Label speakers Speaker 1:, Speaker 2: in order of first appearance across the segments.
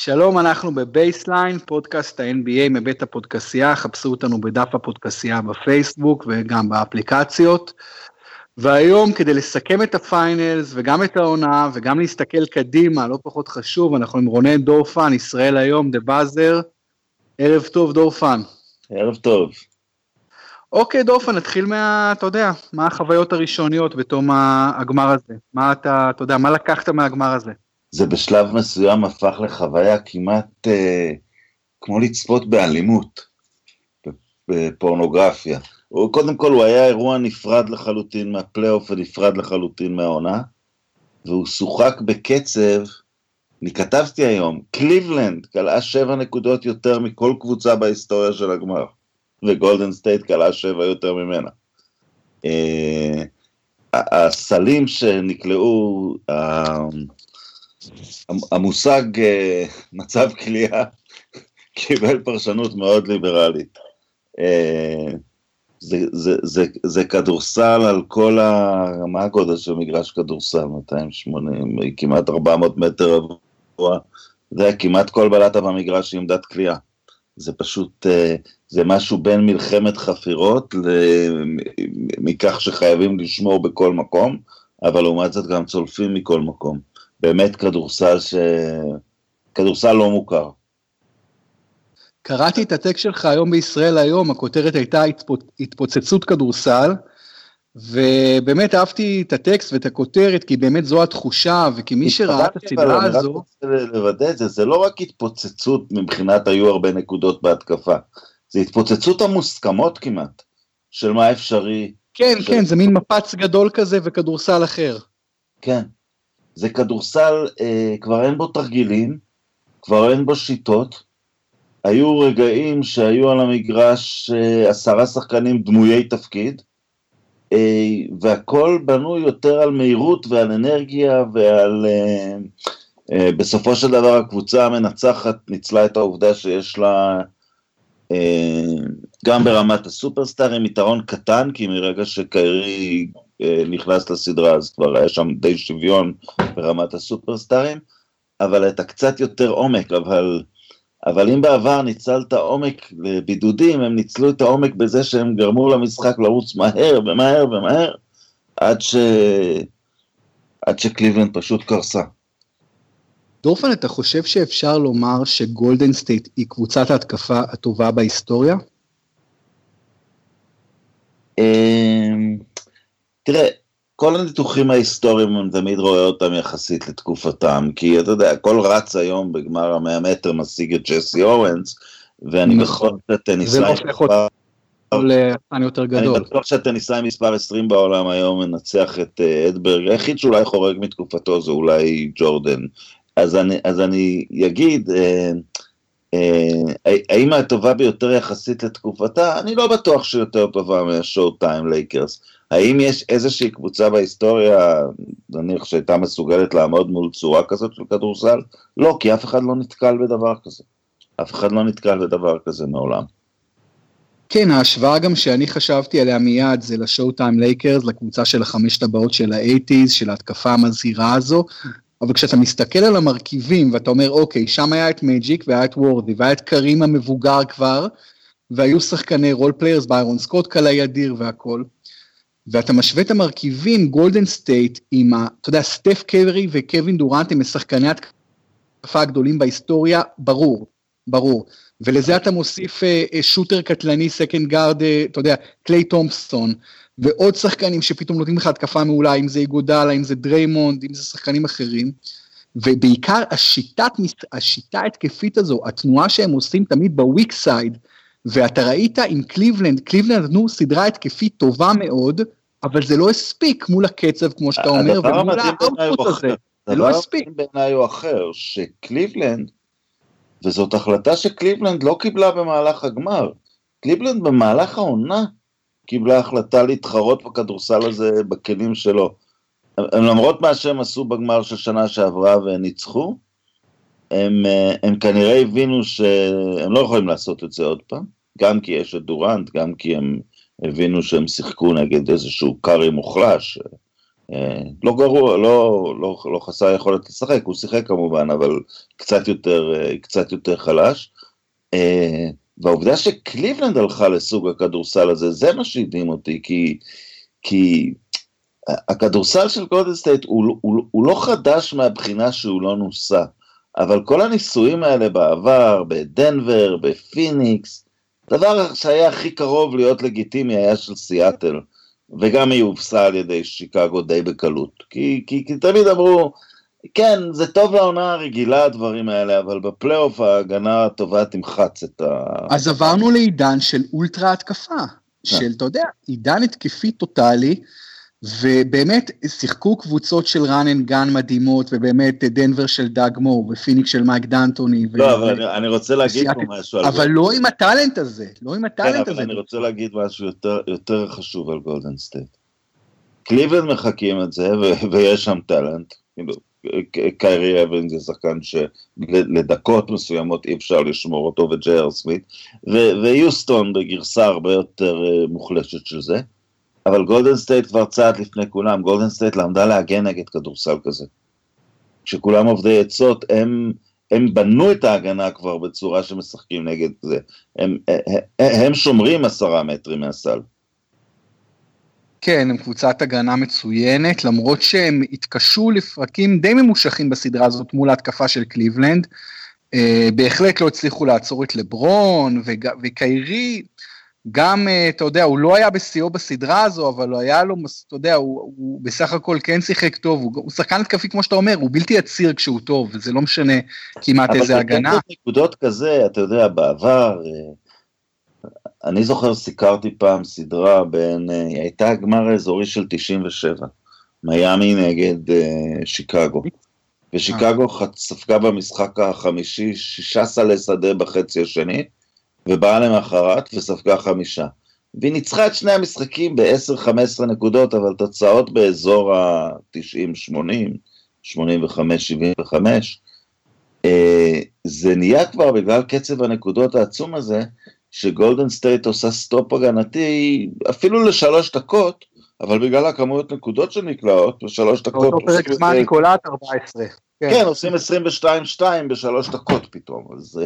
Speaker 1: שלום, אנחנו בבייסליין, פודקאסט ה-NBA מבית הפודקסייה, חפשו אותנו בדף הפודקסייה בפייסבוק וגם באפליקציות, והיום כדי לסכם את הפיינלס וגם את העונה וגם להסתכל קדימה, לא פחות חשוב, אנחנו עם רונן דורפן, ישראל היום, דה באזר, ערב טוב דורפן.
Speaker 2: ערב טוב.
Speaker 1: אוקיי דורפן, נתחיל אתה יודע, מה החוויות הראשוניות בתום הגמר הזה? מה אתה יודע, מה לקחת מהגמר הזה?
Speaker 2: זה בשלב מסוים הפך לחוויה כמעט כמו לצפות באלימות, בפורנוגרפיה. קודם כל הוא היה אירוע נפרד לחלוטין מהפלייאוף ונפרד לחלוטין מהעונה, והוא שוחק בקצב, אני כתבתי היום, קליבלנד קלעה 7 נקודות יותר מכל קבוצה בהיסטוריה של הגמר, וגולדן סטייט קלעה 7 יותר ממנה. הסלים שנקלעו, המושג מצב קליעה קיבל פרשנות מאוד ליברלית. זה כדורסל על כל מה הגודל של מגרש כדורסל, 280, כמעט 400 מטר רבוע, זה היה כמעט כל בלטה במגרש עם עמדת קליעה. זה פשוט, זה משהו בין מלחמת חפירות, מכך שחייבים לשמור בכל מקום, אבל לעומת זאת גם צולפים מכל מקום. באמת כדורסל לא מוכר.
Speaker 1: קראתי את הטקסט שלך היום בישראל היום, הכותרת הייתה התפוצצות כדורסל, ובאמת אהבתי את הטקסט ואת הכותרת, כי באמת זו התחושה, וכי מי שראה את הסדרה הזו... אני רק
Speaker 2: רוצה לוודא את זה, זה לא רק התפוצצות מבחינת היו הרבה נקודות בהתקפה, זה התפוצצות המוסכמות כמעט, של מה אפשרי.
Speaker 1: כן, כן, זה מין מפץ גדול כזה וכדורסל אחר.
Speaker 2: כן, זה כדורסל, כבר אין בו תרגילים, כבר אין בו שיטות, היו רגעים שהיו על המגרש 10 שחקנים דמויי תפקיד, והכל בנו יותר על מהירות ועל אנרגיה ועל, בסופו של דבר הקבוצה המנצחת ניצלה את העובדה שיש לה, גם ברמת הסופרסטארים, יתרון קטן, כי מרגע שקיירי נכנס לסדרה, אז כבר היה שם די שוויון ברמת הסופרסטארים, אבל את הקצת יותר עומק, אבל אם בעבר ניצלת עומק לבידודים, הם ניצלו את העומק בזה שהם גרמו למשחק לרוץ מהר ומהר ומהר, עד שקליבלנד פשוט קרסה.
Speaker 1: דורפן, אתה חושב שאפשר לומר שגולדן סטייט היא קבוצת ההתקפה הטובה בהיסטוריה?
Speaker 2: תראה, כל הניתוחים ההיסטוריים אני תמיד רואה אותם יחסית לתקופתם, כי אתה יודע, הכל רץ היום בגמר 100 מטר משיג את ג'סי אורנס, ואני בטוח שהטניסאי מספר 20 בעולם היום מנצח את אדברג, היחיד שאולי חורג מתקופתו זה אולי ג'ורדן, אז אני אגיד, האם הטובה ביותר יחסית לתקופתה? אני לא בטוח שיותר טובה מהשואו טיים לייקרס. האם יש איזושהי קבוצה בהיסטוריה, נניח שהייתה מסוגלת לעמוד מול צורה כזאת של כדורסל? לא, כי אף אחד לא נתקל בדבר כזה. אף אחד לא נתקל בדבר כזה מעולם.
Speaker 1: כן, ההשוואה גם שאני חשבתי עליה מיד, זה לשואו טיים לייקרס, לקבוצה של 5 הבאות של ה-80s, של ההתקפה המזהירה הזו, אבל כשאתה מסתכל על המרכיבים, ואתה אומר, אוקיי, שם היה את מג'יק, והיה את וורדי, והיה את קרים המבוגר כבר, והיו שחקני רול פליירס, ביירון סקוט, קלעי אדיר והכל, ואתה משווה את המרכיבים, גולדן סטייט, עם אתה יודע, סטף קרי וקווין דורנט, הם שחקני התקפה הגדולים בהיסטוריה, ברור, ולזה אתה מוסיף שוטר קטלני, סקנד גארד, אתה יודע, קליי תומפסון, ועוד שחקנים שפתאום נותנים לך התקפה מעולה, אם זה איגודלה, אם זה דריימונד, אם זה שחקנים אחרים, ובעיקר השיטה התקפית הזו, התנועה שהם עושים תמיד בוויק סייד, ואתה ראית עם קליבלנד נתנו סדרה התקפית טובה מאוד, אבל זה לא הספיק מול הקצב, כמו שאתה אומר, ומול האוטפוט הזה, זה לא הספיק.
Speaker 2: הדבר בעיניי הוא אחר, שקליבלנד, וזאת החלטה שקליבלנד לא קיבלה במהלך הגמר, קליבלנד במהלך העונה, קיבלה החלטה להתחרות בכדורסל הזה בכלים שלו. הם למרות מה שהם עשו בגמר של שנה שעברה וניצחו, הם כנראה הבינו שהם לא יכולים לעשות את זה עוד פעם, גם כי יש את דורנט, גם כי הם הבינו שהם שיחקו נגד איזשהו קארי מוחלש, לא גרוע, לא חסר יכולת לשחק, הוא שיחק כמובן, אבל קצת יותר חלש. והעובדה שקליבלנד הלכה לסוג הכדורסל הזה, זה מה שהדהים אותי, כי הכדורסל של גולדן סטייט הוא לא חדש מהבחינה שהוא לא נוסה, אבל כל הניסויים האלה בעבר, בדנבר, בפיניקס, דבר שהיה הכי קרוב להיות לגיטימי היה של סיאטל, וגם היא הובסה על ידי שיקגו די בקלות, כי תמיד אמרו, כן, זה טוב לעונה הרגילה הדברים האלה, אבל בפלייאוף ההגנה הטובה תמחץ את
Speaker 1: אז עברנו לעידן של אולטרה התקפה, של, אתה יודע, עידן התקפי טוטלי, ובאמת שיחקו קבוצות של רן אנד גן מדהימות, ובאמת דנבר של דאג מור, ופיניקס של מייק דנטוני.
Speaker 2: לא, אבל אני רוצה להגיד פה משהו על
Speaker 1: אבל לא עם הטלנט הזה, לא עם הטלנט הזה.
Speaker 2: כן, אבל אני רוצה להגיד משהו יותר חשוב על גולדן סטייט. קליבלנד מחכים את זה, ויש שם טלנט, קיירי אבנס זה שחקן שלדקות מסוימות אי אפשר לשמור אותו, וג'ייר סמית, ויוסטון בגרסה הרבה יותר מוחלשת של זה, אבל גולדן סטייט כבר צעד לפני כולם, גולדן סטייט למדה להגן נגד כדורסל כזה. כשכולם עובדי עצות, הם בנו את ההגנה כבר בצורה שמשחקים נגד זה. הם שומרים 10 מטרים מהסל.
Speaker 1: כן, הם קבוצת הגנה מצוינת, למרות שהם התקשו לפרקים די ממושכים בסדרה הזאת מול ההתקפה של קליבלנד, בהחלט לא הצליחו לעצור את לברון, וקיירי, גם, אתה יודע, הוא לא היה בשיאו בסדרה הזו, אבל הוא היה לו, אתה יודע, הוא בסך הכל כן שיחק טוב, הוא שחקן התקפי כמו שאתה אומר, הוא בלתי עציר כשהוא טוב, וזה לא משנה כמעט איזה הגנה.
Speaker 2: אבל נקודות כזה, אתה יודע, בעבר, אני זוכר סיקרתי פעם סדרה היא הייתה הגמר האזורי של 97, מיאמי נגד שיקגו, ושיקגו ספגה במשחק החמישי 16 לשדה בחצי השני, ובאה למחרת וספגה 5. והיא ניצחה את שני המשחקים ב-10-15 נקודות, אבל תוצאות באזור ה-90-80, 85-75. זה נהיה כבר בגלל קצב הנקודות העצום הזה, שגולדן סטייט עושה סטופ הגנתי, אפילו ל3 דקות, אבל בגלל הכמויות נקודות שנקלעות, ב3 דקות...
Speaker 1: אותו פרק זמן ניקולת 14.
Speaker 2: כן, עושים 22-2 ב3 דקות פתאום, אז...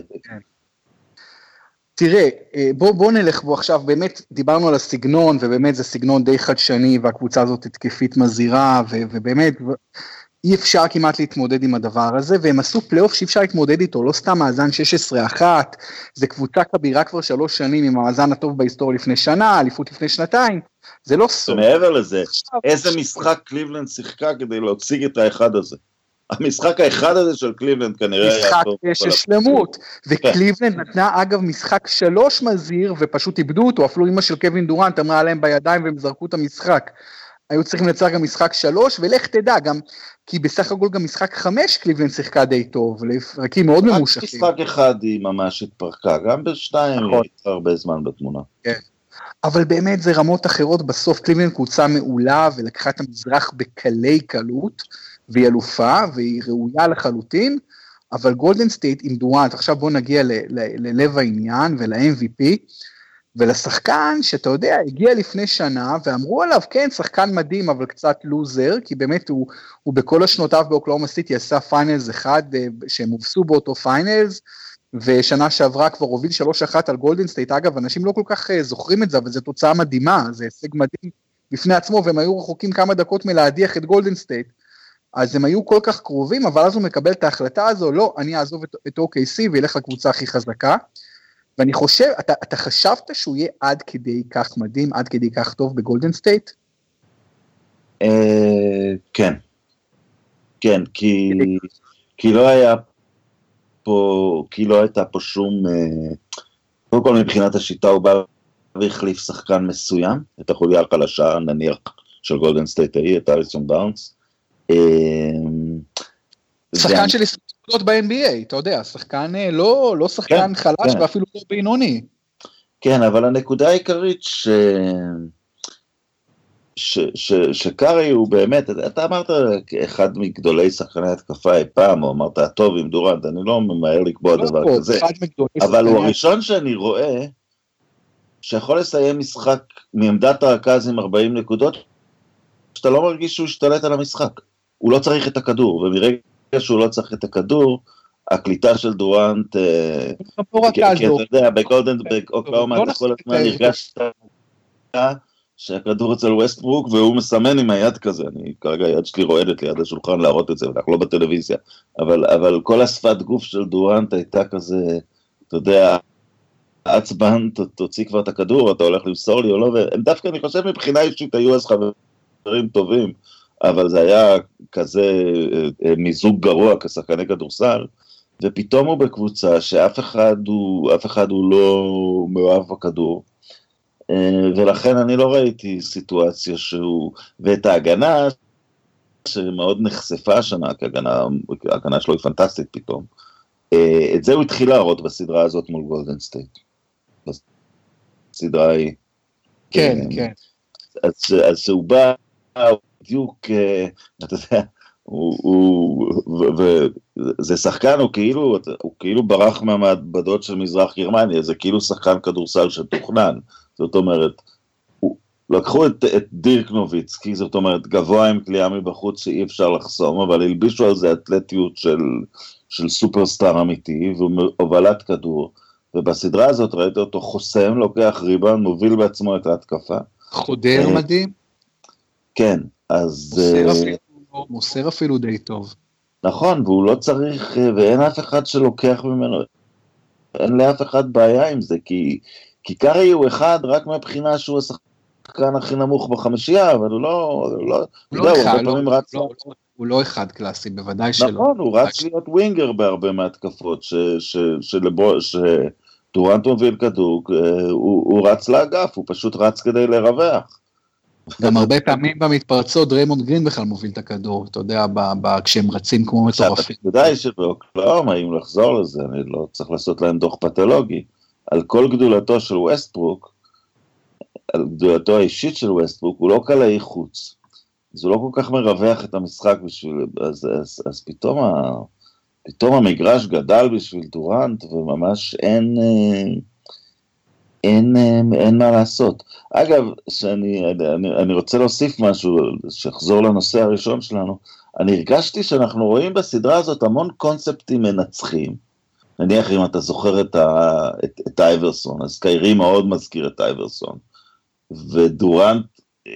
Speaker 1: תראה, בוא נלך בו עכשיו, באמת דיברנו על הסגנון, ובאמת זה סגנון די חדשני, והקבוצה הזאת התקפית מזהירה, ובאמת אי אפשר כמעט להתמודד עם הדבר הזה, והם עשו פלייאוף שאי אפשר להתמודד איתו, לא סתם מאזן 16-1, זה קבוצה כבירה כבר 3 שנים, עם המאזן הטוב בהיסטוריה לפני שנה, אליפות לפני 2, זה לא סוף.
Speaker 2: ומעבר לזה, איזה משחק קליבלנד שיחקה כדי להציג את האחד הזה? המשחק האחד הזה של קליבלנד כנראה היה טוב.
Speaker 1: משחק של שלמות, וקליבלנד נתנה אגב משחק 3 מזהיר, ופשוט איבדו אותו, אפילו אמא של קווין דורנט אמרה עליהם בידיים והם זרקו את המשחק. היו צריכים לנצח גם משחק 3, ולך תדע גם, כי בסך הכל גם משחק 5 קליבלנד שיחקה די טוב, לפרקים מאוד ממושכים.
Speaker 2: משחק אחד היא ממש התפרקה, גם ב2 היא הייתה הרבה זמן בתמונה.
Speaker 1: כן. אבל באמת זה רמות אחרות, בסוף קליבלנד קבוצה מעולה, ולקחה את המזרח בקלי קלות, והיא אלופה, והיא ראויה לחלוטין, אבל גולדן סטייט עם דורנט, עכשיו בוא נגיע ללב העניין, ול-MVP, ולשחקן שאתה יודע, הגיע לפני שנה, ואמרו עליו, כן, שחקן מדהים, אבל קצת לוזר, כי באמת הוא בכל השנותיו באוקלאומה סיטי, עשה פיינלס אחד, שהם הובסו באותו פיינלס, ושנה שעברה כבר הוביל 3-1 על גולדן סטייט, אגב, אנשים לא כל כך זוכרים את זה, אבל זו תוצאה מדהימה, זה הישג מדהים בפני עצמו, והם היו רחוקים כמה דקות מלהדיח את גולדן סטייט, אז הם היו כל כך קרובים, אבל אז הוא מקבל את ההחלטה הזו, לא, אני אעזוב את OKC וילך לקבוצה הכי חזקה, ואני חושב, אתה חשבת שהוא יהיה עד כדי כך מדהים, עד כדי כך טוב בגולדן סטייט?
Speaker 2: כן. כן, כי לא היה פה, כי לא הייתה פה שום, קודם כל מבחינת השיטה הוא בא והחליף שחקן מסוים, את החוליה החלשה, נניח, של גולדן סטייט ההיא, את אליסון בארנס,
Speaker 1: שחקן של נקודות ב-NBA, אתה יודע, שחקן לא שחקן חלש ואפילו לא בינוני.
Speaker 2: כן, אבל הנקודה העיקרית שקארי הוא באמת, אתה אמרת אחד מגדולי שחקני התקפה אי פעם, או אמרת הטוב עם דורנט, אני לא ממהר לקבוע דבר כזה, אבל הוא הראשון שאני רואה שיכול לסיים משחק מעמדת הרכז עם 40 נקודות, שאתה לא מרגיש שהוא השתלט על המשחק. הוא לא צריך את הכדור, ומרגע שהוא לא צריך את הכדור, הקליטה של דורנט, כי אתה יודע, בגולדן, באוקלאומה, אתה כל הזמן הרגשת שהכדור אצל ווסטברוק, והוא מסמן עם היד כזה, אני כרגע היד שלי רועדת ליד השולחן להראות את זה, אנחנו לא בטלוויזיה, אבל כל השפת גוף של דורנט הייתה כזה, אתה יודע, עצבן, תוציא כבר את הכדור, אתה הולך למסור לי או לא, והם דווקא, אני חושב, מבחינה אישית היו אז חברים טובים, אבל זה היה כזה מיזוג גרוע כשחקני כדורסל, ופתאום הוא בקבוצה שאף אחד הוא לא מאוהב בכדור, ולכן אני לא ראיתי סיטואציה שהוא, ואת ההגנה שמאוד נחשפה השנה, כי ההגנה שלו היא פנטסטית פתאום, את זה הוא התחיל להראות בסדרה הזאת מול גולדן סטייט. בסדרה היא.
Speaker 1: כן, כן.
Speaker 2: אז שהוא בא, בדיוק, אתה יודע, וזה שחקן, הוא כאילו ברח מהמעבדות של מזרח גרמניה, זה כאילו שחקן כדורסל שתוכנן, זאת אומרת, לקחו את דירק נוביצקי, זאת אומרת, גבוה עם קליעה מבחוץ שאי אפשר לחסום, אבל הלבישו על זה אתלטיות של סופרסטאר אמיתי, והובלת כדור, ובסדרה הזאת ראיתי אותו חוסם, לוקח ריבאונד, מוביל בעצמו את ההתקפה.
Speaker 1: חודר מדהים.
Speaker 2: כן, אז...
Speaker 1: מוסר אפילו די טוב.
Speaker 2: נכון, והוא לא צריך, ואין אף אחד שלוקח ממנו, אין לאף אחד בעיה עם זה, כי קארי הוא אחד רק מהבחינה שהוא השחקן הכי נמוך בחמישייה, אבל הוא
Speaker 1: לא אחד קלאסי, בוודאי שלא.
Speaker 2: נכון, הוא רץ להיות ווינגר בהרבה מהתקפות, שדורנט מוביל כדור, הוא רץ לאגף, הוא פשוט רץ כדי לרווח.
Speaker 1: גם הרבה פעמים במתפרצות, דריימונד גרין בכלל מוביל את הכדור, אתה יודע, כשהם רצים כמו מטורפים.
Speaker 2: אתה יודע שבאוקלאומה, אם לחזור לזה, אני לא צריך לעשות להם דוח פתולוגי, על כל גדולתו של ווסטברוק, על גדולתו האישית של ווסטברוק, הוא לא קלעי חוץ, אז הוא לא כל כך מרווח את המשחק בשביל, אז פתאום המגרש גדל בשביל דורנט, וממש אין מה לעשות. אגב, אני רוצה להוסיף משהו, שחזור לנושא הראשון שלנו, אני הרגשתי שאנחנו רואים בסדרה הזאת המון קונספטים מנצחים, נניח אם אתה זוכר את אייברסון, אז קיירי מאוד מזכיר את אייברסון, ודורנט,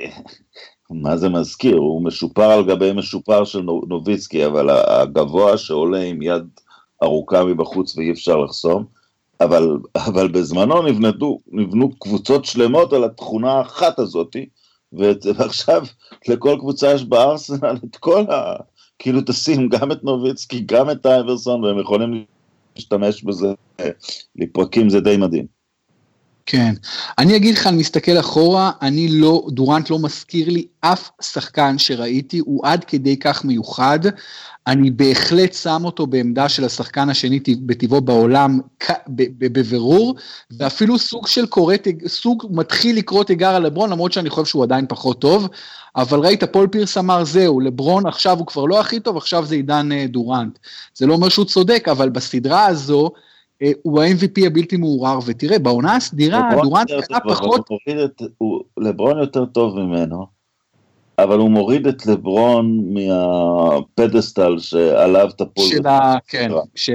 Speaker 2: מה זה מזכיר? הוא משופר על גבי משופר של נוביצקי, אבל הגבוה שעולה עם יד ארוכה מבחוץ ואי אפשר לחסום, אבל בזמנו נבנו קבוצות שלמות על התכונה האחת הזאת, ועכשיו לכל קבוצה יש בארסנל את כל כאילו תשים גם את נוביצקי, גם את אייברסון, והם יכולים להשתמש בזה לפרקים, זה די מדהים.
Speaker 1: כן, אני אגיד לך, אני מסתכל אחורה, דורנט לא מזכיר לי אף שחקן שראיתי, הוא עד כדי כך מיוחד, אני בהחלט שם אותו בעמדה של השחקן השני בטבעו בעולם בבירור, ואפילו סוג מתחיל לקרוא תיגר על לברון, למרות שאני חושב שהוא עדיין פחות טוב, אבל ראית, פול פירס אמר זהו, לברון עכשיו הוא כבר לא הכי טוב, עכשיו זה עידן דורנט, זה לא אומר שהוא צודק, אבל בסדרה הזו, הוא ה-MVP הבלתי מעורר, ותראה, בעונה הסדירה, דורנט קרה פחות...
Speaker 2: לברון יותר טוב ממנו, אבל הוא מוריד את לברון מהפדסטל שעליו תפול.
Speaker 1: כן,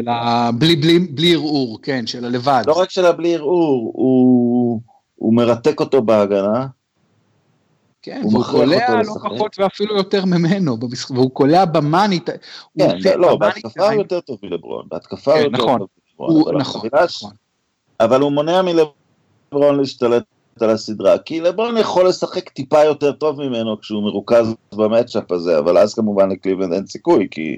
Speaker 1: בלי ערעור, כן, של הלבד.
Speaker 2: לא רק של הבלי ערעור, הוא מרתק אותו בהגנה.
Speaker 1: כן, והוא קולע לא פחות ואפילו יותר ממנו, והוא קולע במאני.
Speaker 2: כן, לא, בהתקפה הוא יותר טוב מלברון, בהתקפה הוא יותר טוב.
Speaker 1: נכון.
Speaker 2: אבל הוא מונע מלברון להשתלט על הסדרה, כי לברון יכול לשחק טיפה יותר טוב ממנו כשהוא מרוכז במאצ'אפ הזה, אבל אז כמובן לקליבלנד אין סיכוי, כי...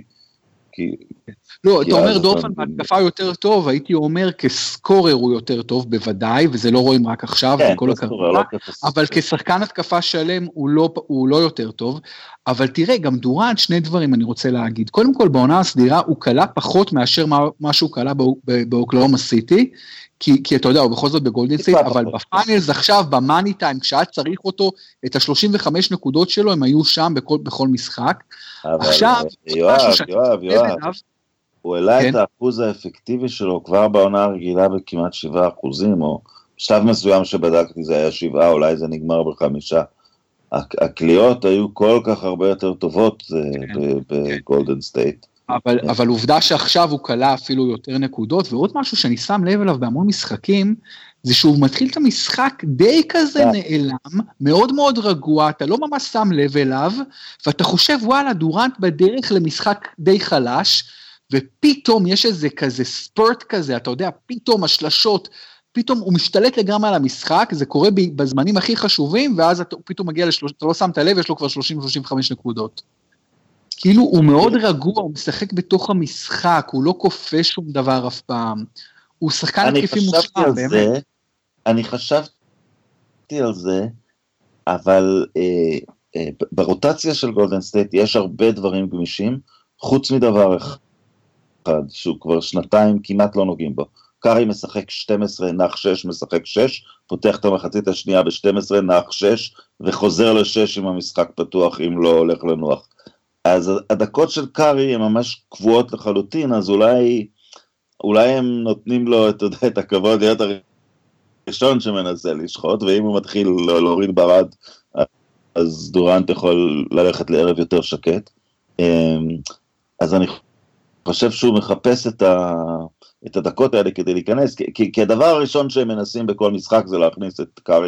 Speaker 1: לא, אתה אומר דורפן בהתקפה יותר טוב, הייתי אומר כסקורר הוא יותר טוב בוודאי, וזה לא רואים רק עכשיו, אבל כשחקן התקפה שלם הוא לא יותר טוב, אבל תראה, גם דורנט, שני דברים אני רוצה להגיד, קודם כל בעונה הסדירה הוא קלה פחות מאשר מה שהוא קלה באוקלהומה סיטי, כי אתה יודע, הוא בכל זאת בגולדן סטייט, אבל בפיינלס עכשיו, במאני טיים, כשאת צריך אותו, את ה-35 נקודות שלו, הם היו שם בכל משחק. עכשיו,
Speaker 2: יואב, הוא העלה את האחוז האפקטיבי שלו, כבר בעונה הרגילה בכמעט 7%, או בשלב מסוים שבדקתי זה היה 7, אולי זה נגמר ב5. הקליעות היו כל כך הרבה יותר טובות בגולדן סטייט.
Speaker 1: אבל עובדה שעכשיו הוא קלה אפילו יותר נקודות, ועוד משהו שאני שם לב אליו בהמון משחקים, זה שהוא מתחיל את המשחק די כזה נעלם, מאוד מאוד רגוע, אתה לא ממש שם לב אליו, ואתה חושב וואלה דורנט בדרך למשחק די חלש, ופתאום יש איזה כזה ספורט כזה, אתה יודע, פתאום השלשות, פתאום הוא משתלט לגמרי על המשחק, זה קורה בזמנים הכי חשובים, ואז הוא פתאום מגיע אתה לא שמת לב, יש לו כבר 30-35 נקודות. כאילו הוא מאוד רגוע, הוא משחק בתוך המשחק, הוא לא כופה שום דבר אף פעם, הוא שחקן התקפי מושלם, באמת.
Speaker 2: אני חשבתי על זה, אבל ברוטציה של גולדן סטייט יש הרבה דברים גמישים, חוץ מדבר אחד, שהוא כבר שנתיים כמעט לא נוגעים בו. קארי משחק 12, נח 6, משחק 6, פותח את המחצית השנייה ב-12, נח 6, וחוזר ל-6 עם המשחק פתוח, אם לא הולך לנוח. אז הדקות של קארי הן ממש קבועות לחלוטין, אז אולי הם נותנים לו את הכבוד להיות הראשון שמנסה לשחוט, ואם הוא מתחיל להוריד ברד, אז דורנט יכול ללכת לערב יותר שקט. אז אני חושב שהוא מחפש את הדקות האלה כדי להיכנס, כי הדבר הראשון שהם מנסים בכל משחק זה להכניס את קארי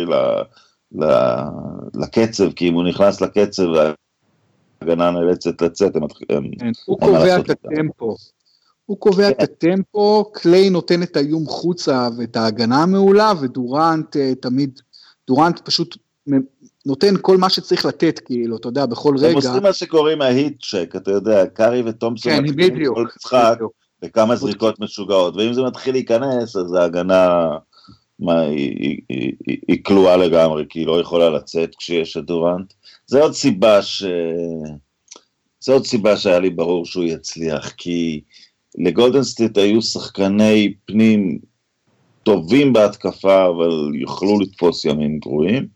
Speaker 2: לקצב, כי אם הוא נכנס לקצב, ההגנה נאלצת לצאת,
Speaker 1: הוא קובע את הטמפו. הוא קובע את הטמפו, קליי נותן את האיום חוצה ואת ההגנה המעולה, ודורנט תמיד, דורנט פשוט נותן כל מה שצריך לתת, כאילו, אתה יודע, בכל רגע.
Speaker 2: הם עושים מה שקוראים ההיט צ'ק, אתה יודע, קארי וטומפסון,
Speaker 1: כן, בדיוק.
Speaker 2: כל משחק, וכמה זריקות משוגעות, ואם זה מתחיל להיכנס, אז ההגנה, היא כלואה לגמרי, כי היא לא יכולה לצאת כשיש את דורנט. זה עוד סיבה שהיה לי ברור שהוא יצליח, כי לגולדן סטייט היו שחקני פנים טובים בהתקפה, אבל יוכלו לתפוס ימים גרועים,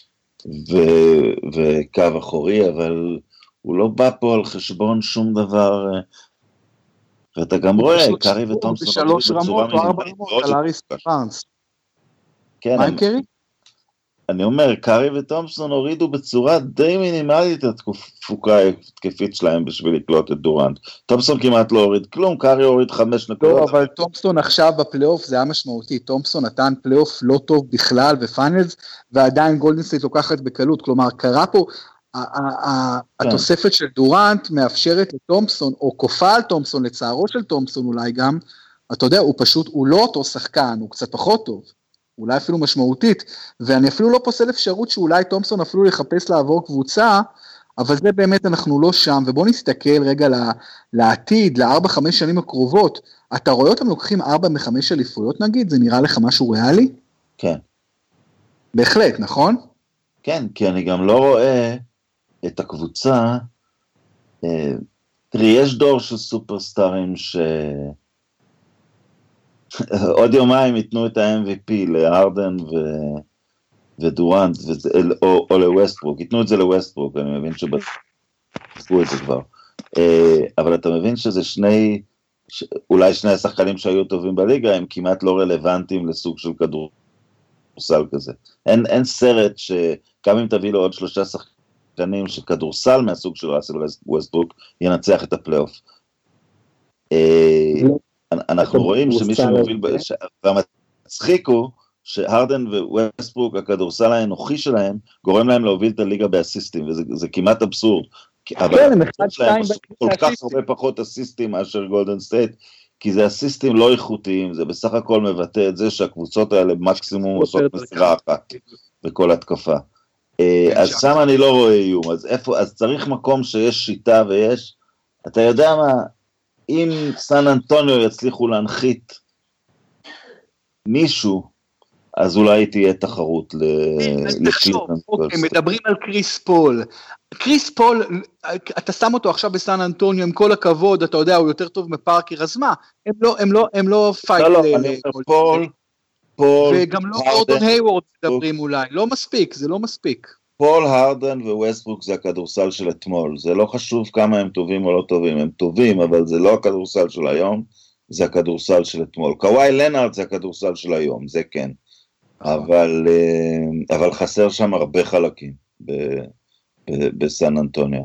Speaker 2: וקו אחורי, אבל הוא לא בא פה על חשבון שום דבר, ואתה גם רואה, קארי וטומפסון,
Speaker 1: בשלוש רמות או 4 רמות על אריס פארנס. מה עם קרי?
Speaker 2: אני אומר, קארי וטומפסון הורידו בצורה די מינימלית את התפוקה התקפית שלהם בשביל לקלוט את דורנט. טומפסון כמעט לא הוריד כלום, קארי הוריד 5 נקודות.
Speaker 1: לא, אבל טומפסון עכשיו בפלייאוף זה היה משמעותי, טומפסון נתן פלייאוף לא טוב בכלל בפיינלס, ועדיין גולדן סטייט לוקחת בקלות, כלומר קרה פה, התוספת של דורנט מאפשרת לטומפסון, או כופה על טומפסון, לצערו של טומפסון אולי גם, אתה יודע, הוא לא אותו שחקן, הוא קצת פחות טוב. אולי אפילו משמעותית, ואני אפילו לא פוסל אפשרות שאולי תומפסון אפילו לחפש לעבור קבוצה, אבל זה באמת אנחנו לא שם, ובוא נסתכל רגע לעתיד, ל4-5 שנים הקרובות, אתה רואה אותם לוקחים 4 מ-5 אליפויות נגיד, זה נראה לך משהו ריאלי?
Speaker 2: כן.
Speaker 1: בהחלט, נכון?
Speaker 2: כן, כי אני גם לא רואה את הקבוצה, תראי, יש דור של סופרסטארים עוד יומיים ייתנו את ה-MVP להרדן ודורנט, או לווסטברוק, ייתנו את זה לווסטברוק, אני מבין שבדקו את זה כבר, אבל אתה מבין שזה אולי שני השחקנים שהיו טובים בליגה, הם כמעט לא רלוונטיים לסוג של כדורסל כזה. אין סרט שגם אם תביא לו עוד 3 שחקנים שכדורסל מהסוג של ראסל ווסטברוק, ינצח את הפלייאוף. אנחנו רואים שמי שמוביל, והמצחיק הוא שהרדן וווסטברוק, הכדורסל האנוכי שלהם, גורם להם להוביל את הליגה באסיסטים, וזה כמעט אבסורד. אבל הם כל כך הרבה פחות אסיסטים מאשר גולדן סטייט, כי זה אסיסטים לא איכותיים, זה בסך הכל מבטא את זה שהקבוצות האלה מקסימום עושות מסירה אחת בכל התקפה. אז שם אני לא רואה איום, אז צריך מקום שיש שיטה ויש, אתה יודע מה, אם סן אנטוניו יצליחו להנחית מישהו, אז אולי תהיה תחרות לקליפלנד.
Speaker 1: אוקיי, מדברים על קריס פול. קריס פול, אתה שם אותו עכשיו בסן אנטוניו, עם כל הכבוד, אתה יודע, הוא יותר טוב מפארקר, אז מה? הם לא פייט.
Speaker 2: לא, אני אומר פול,
Speaker 1: וגם לא גורדון היוורד מדברים אולי, לא מספיק, זה לא מספיק.
Speaker 2: פול, הרדן וווסטברוק זה הכדורסל של אתמול, זה לא חשוב כמה הם טובים או לא טובים, הם טובים, אבל זה לא הכדורסל של היום, זה הכדורסל של אתמול. קוואי לנארד זה הכדורסל של היום, זה כן. אבל חסר שם הרבה חלקים בסן אנטוניו.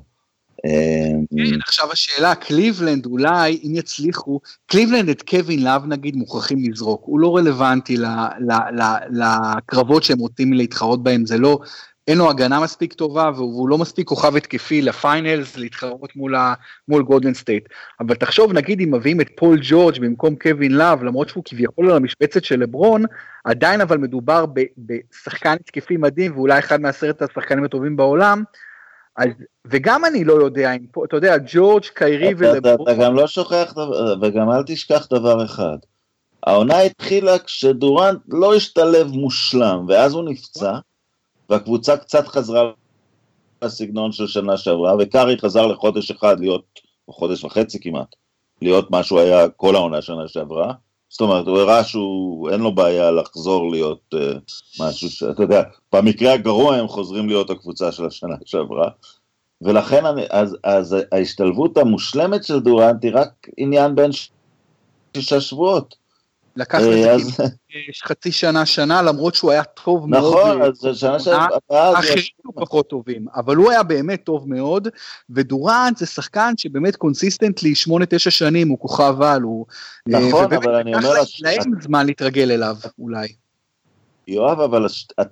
Speaker 1: עכשיו השאלה, קליבלנד אולי, אם יצליחו, קליבלנד את קווין לאב נגיד מוכרחים לזרוק, הוא לא רלוונטי לקרבות שהם רוצים להתחרות בהם, זה לא, אין לו הגנה מספיק טובה, והוא לא מספיק כוכב התקפי לפיינלס, להתחרות מול גולדן סטייט, אבל תחשוב נגיד אם מביאים את פול ג'ורג' במקום קווין לאב, למרות שהוא כביכול על המשבצת של לברון, עדיין אבל מדובר בשחקן התקפי מדהים, ואולי אחד מהעשרת השחקנים הטובים בעולם, אז, וגם אני לא יודע, אתה יודע, ג'ורג' קיירי ולברון.
Speaker 2: אתה גם לא שוכח, וגם אל תשכח דבר אחד. העונה התחילה כשדורנט לא השתלב מושלם, ואז הוא נפצע, והקבוצה קצת חזרה לסגנון של שנה שעברה, וקארי חזר לחודש אחד להיות, או חודש וחצי כמעט, להיות מה שהוא היה כל העונה שנה שעברה. זאת אומרת, הוא הראה שהוא, אין לו בעיה לחזור להיות משהו שאתה יודע, במקרה הגרוע הם חוזרים להיות הקבוצה של השנה שעברה, ולכן אז ההשתלבות המושלמת של דורנט היא רק עניין בין 6 שבועות.
Speaker 1: לקח לזה חצי שנה, למרות שהוא היה טוב מאוד.
Speaker 2: נכון, אז שנה שעברה.
Speaker 1: אחרים היו פחות טובים, אבל הוא היה באמת טוב מאוד, ודורנט זה שחקן שבאמת קונסיסטנטלי 8-9 שנים, הוא כוכב על,
Speaker 2: נכון, אבל אני אומר...
Speaker 1: להם זמן להתרגל אליו, אולי.
Speaker 2: יואב, אבל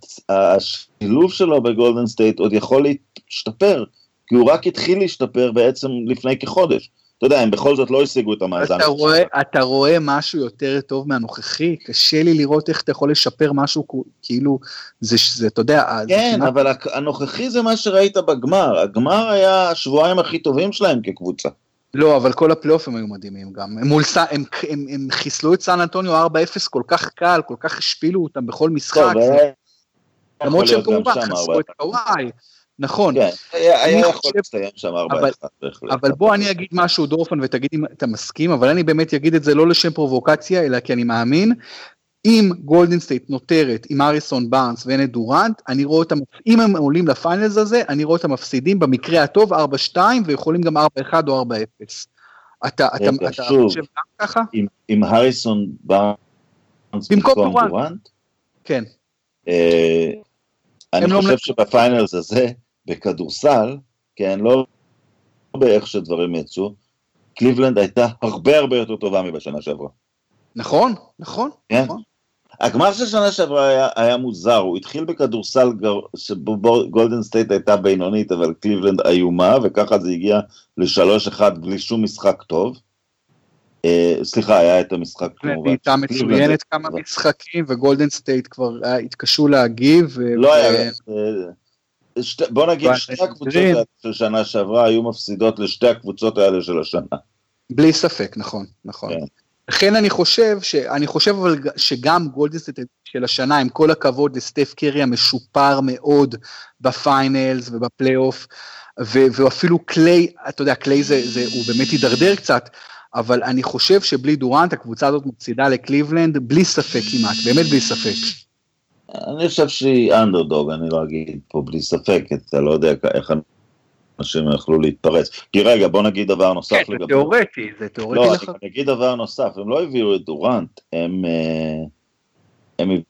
Speaker 2: השילוב שלו בגולדן סטייט עוד יכול להשתפר, כי הוא רק התחיל להשתפר בעצם לפני כחודש. אתה יודע, הם בכל זאת לא השיגו את המאזן.
Speaker 1: אתה רואה משהו יותר טוב מהנוכחי? קשה לי לראות איך אתה יכול לשפר משהו, כאילו, זה, אתה יודע...
Speaker 2: כן, אבל הנוכחי זה מה שראית בגמר. הגמר היה השבועיים הכי טובים שלהם כקבוצה.
Speaker 1: לא, אבל כל הפלייאוף הם היו מדהימים גם. הם חיסלו את סן אנטוניו 4-0 כל כך קל, כל כך השפילו אותם בכל משחק. למרות שהם כמובן חסרו את קוואי. נכון.
Speaker 2: כן, היה יכול להסתיים שם 4-1.
Speaker 1: אבל בוא אני אגיד משהו דורפן ותגיד אם אתה מסכים, אבל אני באמת אגיד את זה לא לשם פרובוקציה, אלא כי אני מאמין, אם גולדן סטייט נותרת עם אריסון בארנס ואין דורנט, אני רואה אותם, אם הם עולים לפיינלס הזה, אני רואה אותם מפסידים במקרה הטוב 4-2, ויכולים גם 4-1 או 4-0. אתה חושב גם ככה?
Speaker 2: עם אריסון בארנס במקום דורנט?
Speaker 1: כן.
Speaker 2: אני חושב שבפיינלס הזה, בכדורסל, כן, לא באיך שדברים יצאו, קליבלנד הייתה הרבה יותר טובה מבשנה שעברה.
Speaker 1: נכון.
Speaker 2: כן. הגמר של שנה שעברה היה מוזר, הוא התחיל בכדורסל שבו גולדן סטייט הייתה בינונית, אבל קליבלנד איומה, וככה זה הגיע ל3-1 בלי שום משחק טוב. סליחה, היה את המשחק
Speaker 1: כמובן. הייתה מצוינת כמה משחקים, וגולדן סטייט כבר התקשו להגיב.
Speaker 2: לא היה, בוא נגיד שתי הקבוצות של שנה שעברה היו מפסידות לשתי הקבוצות האלה של השנה.
Speaker 1: בלי ספק, נכון. לכן אני חושב אבל שגם גולדן סטייט של השנה, עם כל הכבוד לסטף קרי המשופר מאוד בפיינלס ובפלייאוף, ואפילו קליי, אתה יודע, קליי הוא באמת הידרדר קצת, אבל אני חושב שבלי דורנט הקבוצה הזאת מפסידה לקליבלנד, בלי ספק כמעט, באמת בלי ספק.
Speaker 2: אני חושב שהיא אנדרדוג, אני לא אגיד פה בלי ספק, אתה לא יודע איך אנשים יכלו להתפרץ. כי רגע, בוא נגיד דבר נוסף.
Speaker 1: כן, זה תיאורטי.
Speaker 2: לא, אני אגיד דבר נוסף, הם לא הביאו את דורנט, הם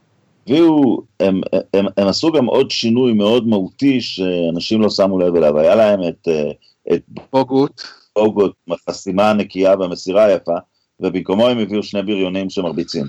Speaker 2: עשו גם עוד שינוי מאוד מהותי, שאנשים לא שמו לב אליו, היה להם את בוגוט, החסימה הנקייה במסירה היפה, ובמקומו הם הביאו 2 בריונים שמרביצים.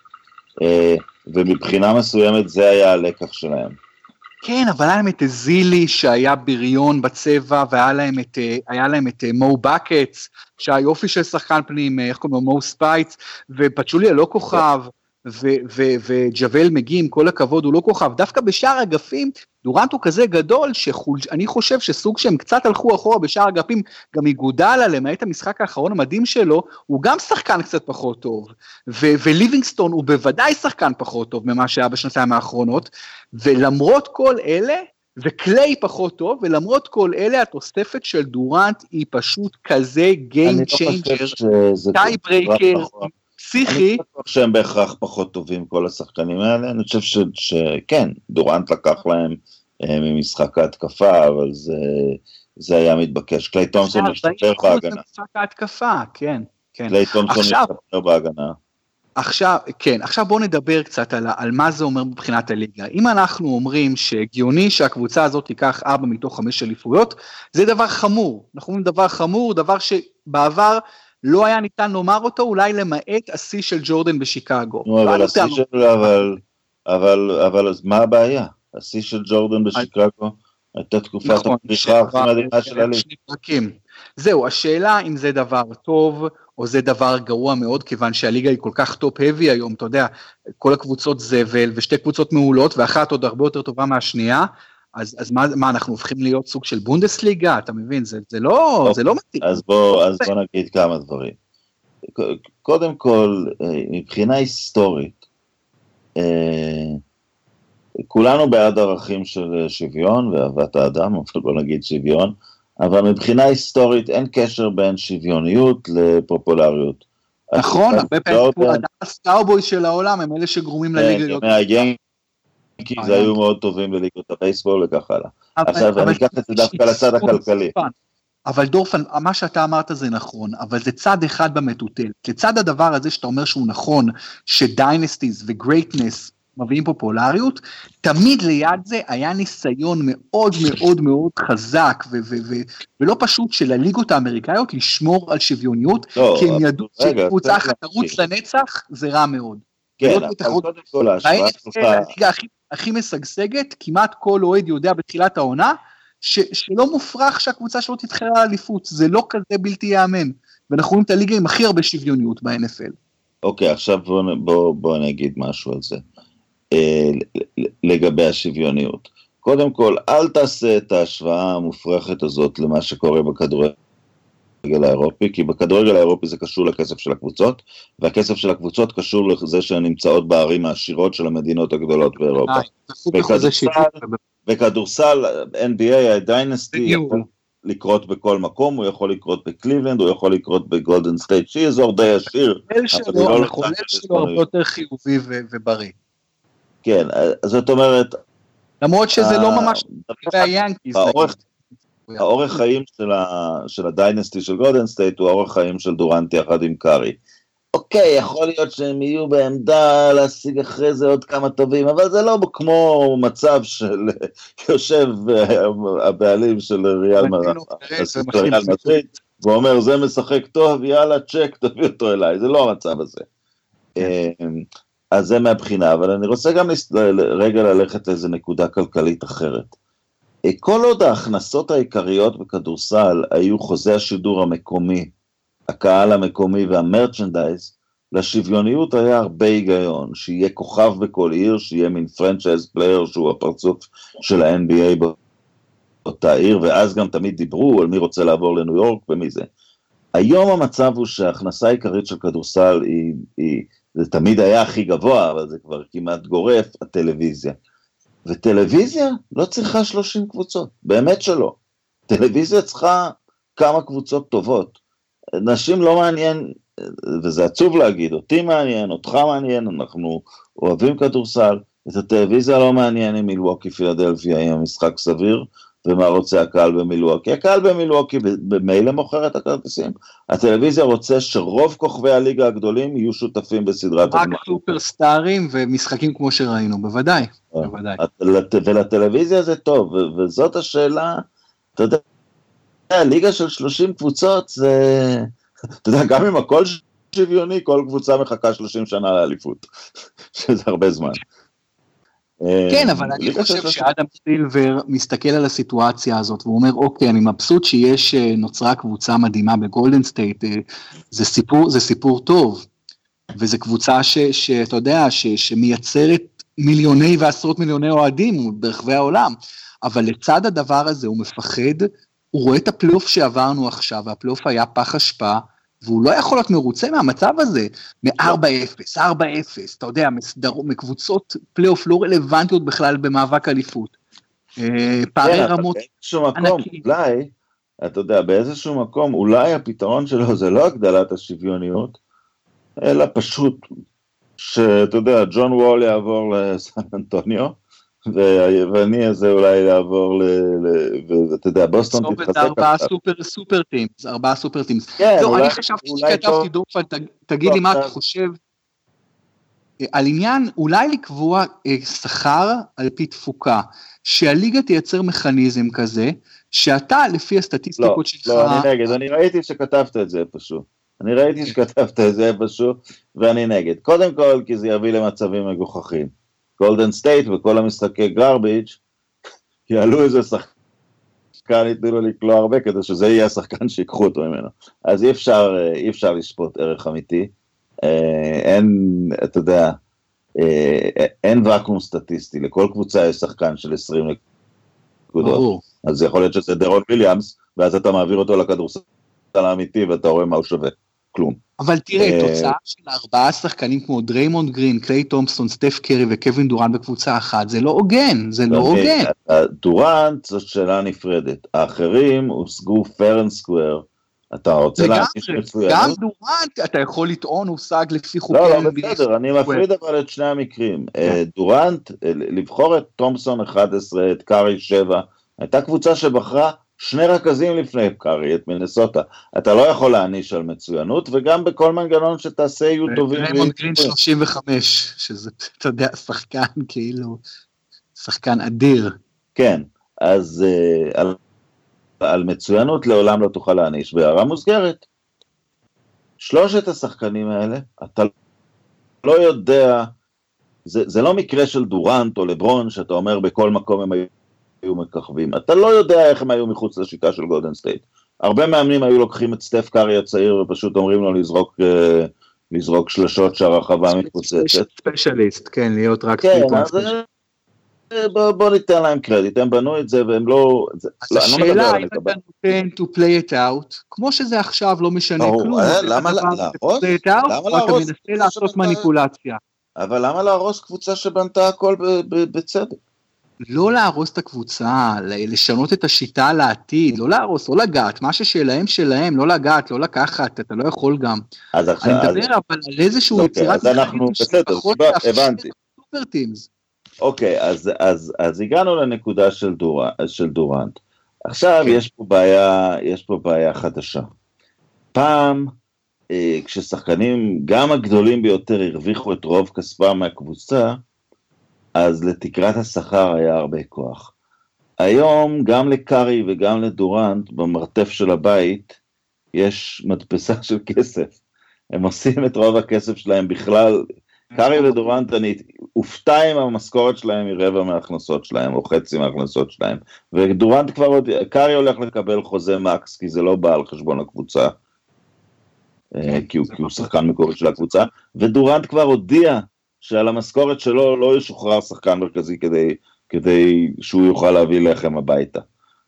Speaker 2: ומבחינה מסוימת זה היה הלקח שלהם.
Speaker 1: כן, אבל היה להם את זילי שהיה בריון בצבע, והיה להם את מו בקטס, שהיופי של שחקן פנים, איך קוראים לו, מו ספייץ, ופצ'וליה לא כוכב, וג'בל מגי, עם כל הכבוד, הוא לא כוכב. דווקא בשאר אגפים, דורנט הוא כזה גדול, שאני חושב שסוג שהם קצת הלכו אחורה בשאר אגפים, גם יגודל עליהם, את המשחק האחרון המדהים שלו, הוא גם שחקן קצת פחות טוב, וליבינגסטון הוא בוודאי שחקן פחות טוב, ממה שהיה בשנתיים האחרונות, ולמרות כל אלה, וקליי פחות טוב, ולמרות כל אלה, התוספת של דורנט, היא פשט כזה game changer, טי ברייקר, פסיכי.
Speaker 2: אני חושב שהם בהכרח פחות טובים כל השחקנים האלה, אני חושב שכן, דורנט לקח להם ממשחק ההתקפה, אבל זה היה מתבקש. קליי תומסון משתפר בהגנה.
Speaker 1: משחק ההתקפה, כן.
Speaker 2: קליי תומסון משתפר בהגנה.
Speaker 1: עכשיו, כן, עכשיו בואו נדבר קצת על מה זה אומר מבחינת הליגה. אם אנחנו אומרים שהגיוני שהקבוצה הזאת תיקח 4 מתוך 5 אליפויות, זה דבר חמור. אנחנו אומרים דבר חמור, דבר שבעבר לא היה ניתן לומר אותו, אולי למעט השיא של ג'ורדן בשיקגו.
Speaker 2: אבל אז מה הבעיה? השיא של ג'ורדן בשיקגו הייתה תקופת הפריחה הכי מדהימה של הליגה.
Speaker 1: זהו, השאלה אם זה דבר טוב, או זה דבר גרוע מאוד, כיוון שהליגה היא כל כך טופ-האבי היום, אתה יודע, כל הקבוצות זבל, ושתי קבוצות מעולות, ואחת עוד הרבה יותר טובה מהשנייה, אז מה, אנחנו הופכים להיות סוג של בונדסליגה, אתה מבין, זה לא מתאים.
Speaker 2: אז בוא נגיד כמה דברים. קודם כל, מבחינה היסטורית, כולנו בעד ערכים של שוויון, ואהבת האדם, אבל בוא נגיד שוויון, אבל מבחינה היסטורית אין קשר בין שוויוניות לפופולריות.
Speaker 1: נכון, הרבה פעמים הסקאובויז של העולם הם אלה שגרומים לליגה להיות.
Speaker 2: כי זה היו מאוד טובים לליגות הבייסבול וכך הלאה. עכשיו אני אקח את זה דווקא לצד הכלכלי.
Speaker 1: אבל דורפן, מה שאתה אמרת זה נכון, אבל זה צד אחד במטוטל. לצד הדבר הזה שאתה אומר שהוא נכון, שדיינסטיז וגרייטנס מביאים פופולריות, תמיד ליד זה היה ניסיון מאוד מאוד מאוד חזק, ולא פשוט של הליגות האמריקאיות לשמור על שוויוניות, כי הם ידעו שקבוצה אחת תרוץ לנצח, זה רע מאוד.
Speaker 2: כן, אבל קודם כל ההשוואה שלך...
Speaker 1: הליגה הכי משגשגת, כמעט כל אוהד יודע בתחילת העונה, שלא מופרך שהקבוצה שלו תתחרה על אליפות, זה לא כזה בלתי יאמן, ואנחנו רואים את הליגה עם הכי הרבה שוויוניות ב-NFL.
Speaker 2: אוקיי, עכשיו בוא נגיד משהו על זה. לגבי השוויוניות. קודם כל, אל תעשה את ההשוואה המופרכת הזאת למה שקורה בכדורגל האירופי, כי בכדורגל האירופי זה קשור לכסף של הקבוצות, והכסף של הקבוצות קשור לזה שהן נמצאות בערים העשירות של המדינות הגדולות באירופה. בכדורסל, NBA, הדיינסטי, יכול לקרות בכל מקום, הוא יכול לקרות בקליבלנד, הוא יכול לקרות בגולדן סטייט, שהיא אזור די עשיר.
Speaker 1: החולל שלו הרבה יותר חיובי ובריא.
Speaker 2: כן, זאת אומרת...
Speaker 1: למרות שזה לא ממש...
Speaker 2: האורך חיים של הדיינסטי של גולדן סטייט הוא האורך חיים של דורנט יחד עם קארי. אוקיי, יכול להיות שהם יהיו בעמדה להשיג אחרי זה עוד כמה טובים, אבל זה לא כמו מצב של יושב הבעלים של ריאל מדריד, והוא אומר, זה משחק טוב, יאללה, צ'ק, תביא אותו אליי, זה לא המצב הזה. אז זה מהבחינה, אבל אני רוצה גם רגע ללכת לאיזו נקודה כלכלית אחרת. כל עוד ההכנסות העיקריות בכדורסל היו חוזה השידור המקומי, הקהל המקומי והמרצ'נדייז, לשוויוניות היה הרבה היגיון, שיהיה כוכב בכל עיר, שיהיה מין פרנצ'ייז פלייר שהוא הפרצוף של ה-NBA באותה עיר, ואז גם תמיד דיברו על מי רוצה לעבור לניו יורק ומי זה. היום המצב הוא שההכנסה העיקרית של כדורסל זה תמיד היה הכי גבוה, אבל זה כבר כמעט גורף, הטלוויזיה. וטלוויזיה לא צריכה 30 קבוצות, באמת שלא. טלוויזיה צריכה כמה קבוצות טובות. נשים לא מעניין, וזה עצוב להגיד, אותי מעניין, אותך מעניין, אנחנו אוהבים כדורסל, את הטלוויזיה לא מעניין אם מילווקי פילדלפיה עם המשחק סביר, ומה רוצה הקהל במילווקי. הקהל במילווקי במילא מוכר את הכרטיסים. הטלוויזיה רוצה שרוב כוכבי הליגה הגדולים יהיו שותפים בסדרת
Speaker 1: הגמר. רק סופרסטארים ומשחקים כמו שראינו, בוודאי.
Speaker 2: ולטלוויזיה זה טוב, וזאת השאלה, אתה יודע, הליגה של 30 קבוצות זה, אתה יודע, גם אם הכל שוויוני, כל קבוצה מחכה 30 שנה לאליפות, שזה הרבה זמן.
Speaker 1: כן, אבל אני חושב שאדם סילבר מסתכל על הסיטואציה הזאת, והוא אומר, אוקיי, אני מבסוט שיש נוצרה קבוצה מדהימה בגולדן סטייט, זה סיפור טוב, וזו קבוצה שאתה יודע, שמייצרת מיליוני ועשרות מיליוני אוהדים ברחבי העולם, אבל לצד הדבר הזה הוא מפחד, הוא רואה את הפלייאוף שעברנו עכשיו, והפלייאוף היה פח אשפה, והוא לא יכול להיות מרוצה מהמצב הזה, מ-4-0, 4-0, אתה יודע, מקבוצות פלייאוף לא רלוונטיות בכלל במאבק אליפות. פערי רמות
Speaker 2: ענקיים. אולי, אתה יודע, באיזשהו מקום, אולי הפתרון שלו זה לא הגדלת השוויוניות, אלא פשוט, שאתה יודע, ג'ון וול יעבור לסן אנטוניו, ואני הזה אולי יעבור ואתה יודע, בוסטון תתחזק.
Speaker 1: 4 סופר טימס, 4 סופר טימס. לא, אני חשבתי שכתבתי דורפן, תגיד לי מה אתה חושב, על עניין אולי לקבוע שכר על פי תפוקה, שהליגה תייצר מכניזם כזה, שאתה לפי הסטטיסטיקות שלך...
Speaker 2: לא, אני נגד, אני ראיתי שכתבת את זה איפשהו, ואני נגד. קודם כל, כי זה יביא למצבים מגוחכים. גולדן סטייט וכל המשחקי גרביץ' יעלו איזה שחקן, ייתנו לו לקלוע הרבה, כדי שזה יהיה השחקן שיקחו אותו ממנו. אז אי אפשר לשפוט ערך אמיתי. אתה יודע, אין ואקום סטטיסטי, לכל קבוצה יש שחקן של 20 נקודות, אז יכול להיות שזה דרון ויליאמס, ואז אתה מעביר אותו לכדורסל האמיתי, ואתה רואה מה הוא שווה, כלום.
Speaker 1: אבל תראה, תוצאה של 4 שחקנים כמו דריימונד גרין, קליי תומפסון, סטף קרי וקווין דורנט בקבוצה אחת, זה לא הוגן, דורנט
Speaker 2: זאת שאלה נפרדת, האחרים הושגו fair and square, אתה רוצה להניש מצוינות?
Speaker 1: גם דורנט, אתה יכול לטעון, הושג לפי חוקי...
Speaker 2: לא, בסדר, אני מפריד אבל את שני המקרים. דורנט, לבחור את תומפסון 11, את קארי 7, הייתה קבוצה שבחרה 2 רכזים לפני קארי, את מינסוטה. אתה לא יכול להניש על מצוינות, וגם בכל מנגנון שתעשה יהיו טובים.
Speaker 1: ריימונד גרין 35, שזה, אתה יודע, שחקן כאילו, שחקן אדיר.
Speaker 2: כן, אז... על מצוינות לעולם לא תוכל להניש, בהערה מוסגרת. 3 השחקנים האלה, אתה לא יודע, זה לא מקרה של דורנט או לברון, שאתה אומר בכל מקום הם היו מככבים, אתה לא יודע איך הם היו מחוץ לשיטה של גולדן סטייט. הרבה מאמנים היו לוקחים את סטף קארי הצעיר, ופשוט אומרים לו לזרוק שלשות שהרחבה מתפוצצת.
Speaker 1: ספיישליסט, כן, להיות רק
Speaker 2: ספיישליסט. בוא ניתן להם קרדיט, הם בנו את זה והם לא...
Speaker 1: אז השאלה, אם אתה נותן to play it out, כמו שזה עכשיו לא משנה כלום,
Speaker 2: למה להרוס?
Speaker 1: או אתה מנסה לעשות מניפולציה.
Speaker 2: אבל למה להרוס קבוצה שבנתה הכל בצדק?
Speaker 1: לא להרוס את הקבוצה, לשנות את השיטה לעתיד, לא להרוס, לא לגעת, מה ששלהם שלהם, לא לגעת, לא לקחת, אתה לא יכול גם. אני מדבר אבל על איזשהו יצירת...
Speaker 2: אז אנחנו בסדר, הבנתי.
Speaker 1: סופר טימס.
Speaker 2: אוקיי, אז הגענו לנקודה של דורנט. עכשיו יש פה בעיה חדשה. פעם, כששחקנים, גם הגדולים ביותר, הרוויחו את רוב כספם מהקבוצה, אז לתקרת השכר היה הרבה כוח. היום, גם לקארי וגם לדורנט, במרתף של הבית, יש מדפסה של כסף. הם עושים את רוב הכסף שלהם בכלל... קארי ודורנט, אני אופתע אם המשכורת שלהם היא רבע מההכנסות שלהם, או חצי מההכנסות שלהם, ודורנט כבר עוד, קארי הולך לקבל חוזה מקס, כי זה לא בא על חשבון הקבוצה, כי הוא שחקן מקורי של הקבוצה, ודורנט כבר הודיע שעל המשכורת שלו לא ישוחרר שחקן מרכזי כדי שהוא יוכל להביא לחם הביתה.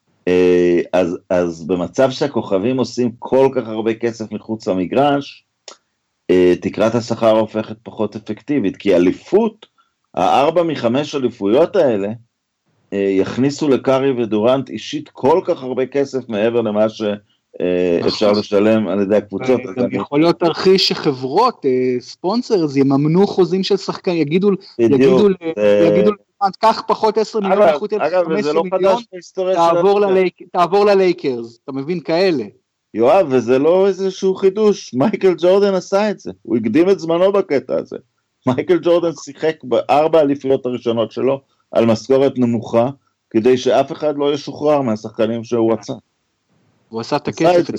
Speaker 2: אז במצב שהכוכבים עושים כל כך הרבה כסף מחוץ למגרש, תקרת השכר הופכת פחות אפקטיבית, כי אליפות, 4 מ-5 אליפויות האלה, יכניסו לקארי ודורנט אישית כל כך הרבה כסף מעבר למה שאפשר לשלם על ידי הקבוצות.
Speaker 1: יכול להיות תרחיש שחברות, ספונסרס, יממנו חוזים של שחקן, יגידו קח פחות 10 מיליון,
Speaker 2: אגב, וזה לא חדש בהיסטוריה
Speaker 1: תעבור ללייקרס, אתה מבין כאלה.
Speaker 2: יואב, וזה לא איזשהו חידוש, מייקל ג'ורדן עשה את זה, הוא הקדים את זמנו בקטע הזה, מייקל ג'ורדן שיחק ב4 האליפויות הראשונות שלו, על משכורת נמוכה, כדי שאף אחד לא ישוחרר מהשחקנים שהוא רצה.
Speaker 1: הוא עשה את הכסף.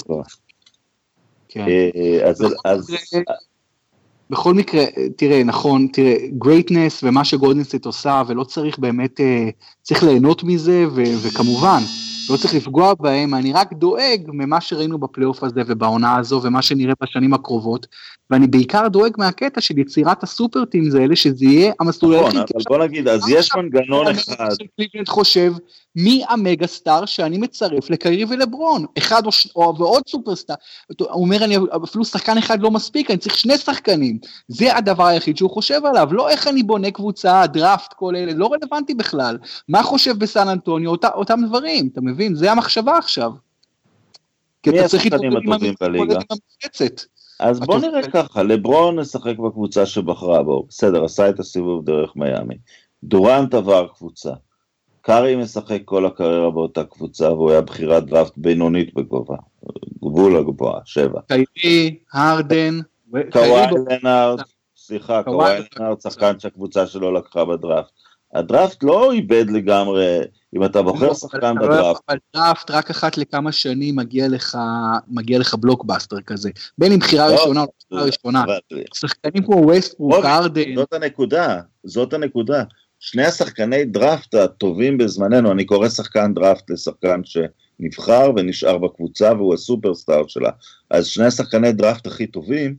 Speaker 1: בכל מקרה, תראה, נכון, תראה, greatness ומה שגולדן סטייט עושה, ולא צריך באמת, צריך ליהנות מזה, וכמובן, לא צריך לפגוע בהם, אני רק דואג ממה שראינו בפלייאוף הזה ובעונה הזו, ומה שנראה בשנים הקרובות, ואני בעיקר דואג מהקטע של יצירת הסופר טימס האלה, שזה יהיה המסלול היחיד.
Speaker 2: נכון, אבל בוא נגיד, אז יש מנגנון אחד.
Speaker 1: קליבלנד חושב, מי המגה סטאר שאני מצרף לקיירי ולברון? אחד ועוד סופרסטאר. הוא אומר, אפילו שחקן אחד לא מספיק, אני צריך 2 שחקנים. זה הדבר היחיד שהוא חושב עליו, לא איך אני בונה קבוצה, דראפט, כל אלה, לא רלוונטי בכלל. מה חושב בסן אנטוניו? אותם דברים, אתה מבין? זה המחשבה עכשיו.
Speaker 2: מי השחקנים הטובים בליגה? אז בוא נראה ככה, לברון נשחק בקבוצה שבחרה בו, בסדר, עשה את הסיבוב דרך מיימי, דורנט עבר קבוצה, קארי משחק כל הקריירה באותה קבוצה, והוא היה בחירת דראפט בינונית בגובה, גבול הגבוה, 7.
Speaker 1: קיירי, הרדן,
Speaker 2: קוואי לנארד, סליחה, קוואי לנארד שחקן שהקבוצה שלו לקחה בדראפט. הדראפט לא איבד לגמרי, אם אתה בוחר שחקן בדראפט.
Speaker 1: אבל דראפט רק אחת לכמה שנים מגיע לך בלוקבאסטר כזה, בין אם בחירה ראשונה או בחירה ראשונה. שחקנים כמו ווסטברוק, ארדן.
Speaker 2: זאת הנקודה. שני השחקני דראפט הטובים בזמננו, אני קורא שחקן דראפט לשחקן שנבחר ונשאר בקבוצה, והוא הסופרסטאר שלה. אז שני השחקני דראפט הכי טובים,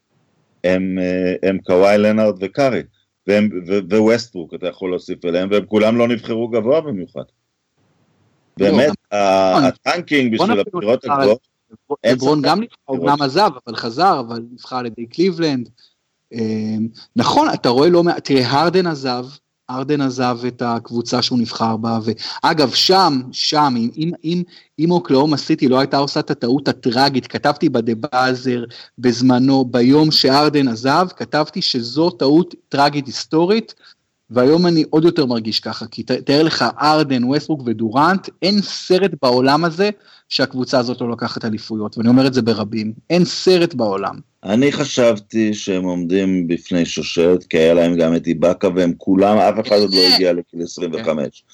Speaker 2: הם קוואי לנארד וקארי. וווסטברוק, אתה יכול להוסיף אליהם, והם כולם לא נבחרו גבוה במיוחד. באמת, הטנקינג בשביל הבחירות הגבוהות,
Speaker 1: לברון גם נבחר, גם עזב, אבל חזר, אבל נבחר על ידי קליבלנד. נכון, אתה רואה לא מעט, תראה, ארדן עזב את הקבוצה שהוא נבחר בה, ואגב, שם, אם אוקלאומה סיטי לא הייתה עושה את הטעות הטרגית, כתבתי בדבאזר בזמנו, ביום שארדן עזב, כתבתי שזו טעות טרגית היסטורית, והיום אני עוד יותר מרגיש ככה, כי תאר לך ארדן, ווסטברוק ודורנט, אין סרט בעולם הזה שהקבוצה הזאת לא לקחת אליפויות, ואני אומר את זה ברבים, אין סרט בעולם.
Speaker 2: אני חשבתי שהם עומדים בפני שושלת, כי היה להם גם את איבאקה, והם כולם, אף אחד עוד לא הגיע לגיל 25.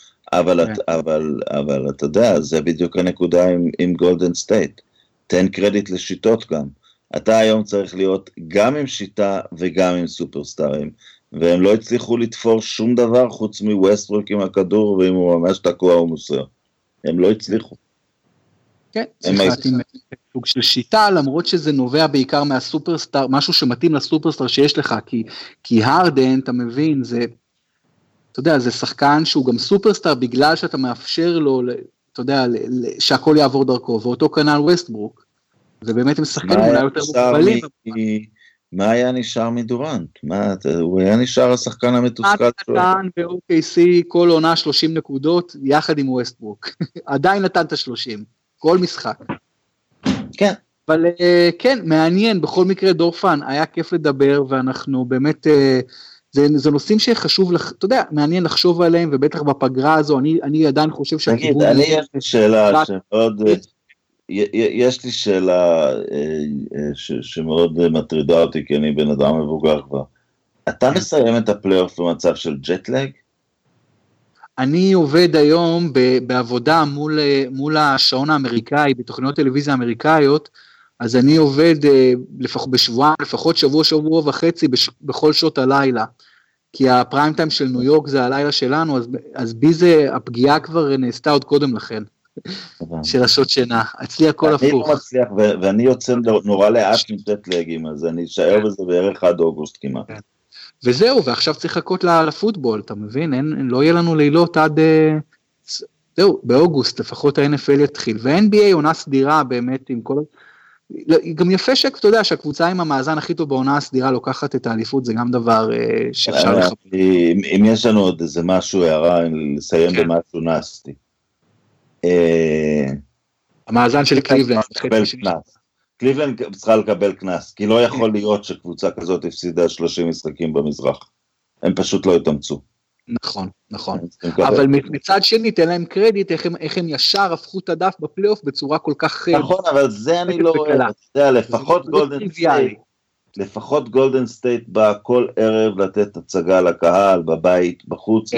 Speaker 2: אבל אתה יודע, זה בדיוק הנקודה עם גולדן סטייט. תן קרדיט לשיטות גם. אתה היום צריך להיות גם עם שיטה וגם עם סופרסטארים, והם לא הצליחו לתפור שום דבר חוץ מווסטברוק עם הכדור, ואם הוא ממש תקוע הוא מוסר. הם לא הצליחו.
Speaker 1: כן, צריכת עם סוג של שיטה, למרות שזה נובע בעיקר מהסופרסטאר, משהו שמתאים לסופרסטאר שיש לך, כי הרדן, אתה מבין, זה, אתה יודע, זה שחקן שהוא גם סופרסטאר, בגלל שאתה מאפשר לו, אתה יודע, שהכל יעבור דרכו, ואותו כנ"ל ווסטברוק, ובאמת הם שחקנים אולי יותר מוגבלים.
Speaker 2: מה היה נשאר מדורנט? הוא היה נשאר השחקן המתוסכל שלו.
Speaker 1: נתן ב-OKC כל עונה 30 נקודות, יחד עם ווסטברוק. עדיין נתן את ה-30. כל משחק.
Speaker 2: כן.
Speaker 1: אבל כן, מעניין, בכל מקרה דורפן, היה כיף לדבר, ואנחנו באמת, זה נושאים שחשוב, אתה יודע, מעניין לחשוב עליהם, ובטח בפגרה הזו, אני עדיין חושב שהכיוון...
Speaker 2: תגיד, יש לי שאלה שמאוד, יש לי שאלה שמאוד מטרידה אותי, כי אני בן אדם מבוגר כבר. אתה מסיים את הפלייאוף במצב של ג'טלג?
Speaker 1: אני עובד היום בעבודה מול השעון האמריקאי, בתוכניות טלוויזיה אמריקאיות, אז אני עובד בשבועיים, לפחות שבוע וחצי, בכל שעות הלילה, כי הפריים טיים של ניו יורק זה הלילה שלנו, אז בי זה, הפגיעה כבר נעשתה עוד קודם לכן, של השעות שינה, אצלי הכל הפוך.
Speaker 2: אני לא מצליח, ואני יוצא נורא לאט עם ג'טלגים, אז אני אשאר בזה בערך עד אוגוסט כמעט.
Speaker 1: וזהו, ועכשיו צריך לחכות לפוטבול, אתה מבין? לא יהיה לנו לילות עד, זהו, באוגוסט, לפחות ה-NFL יתחיל, וה-NBA עונה סדירה באמת עם כל, גם יפה שאתה יודע שהקבוצה עם המאזן הכי טוב בעונה הסדירה לוקחת את האליפות, זה גם דבר שאפשר לחפש.
Speaker 2: אם יש לנו עוד איזה משהו, הערה, לסיים במשהו נסטי.
Speaker 1: המאזן של קליבלנד.
Speaker 2: קליבלנד צריכה לקבל כנס, כי לא יכול להיות שקבוצה כזאת הפסידה 30 משחקים במזרח. הם פשוט לא התאמצו.
Speaker 1: נכון. אבל מצד שני, תן להם קרדיט, איך הם ישר הפכו את הדף בפלייאוף בצורה כל כך...
Speaker 2: נכון, אבל זה אני לא אוהב. לפחות גולדן סטייט בא כל ערב לתת הצגה לקהל, בבית, בחוץ,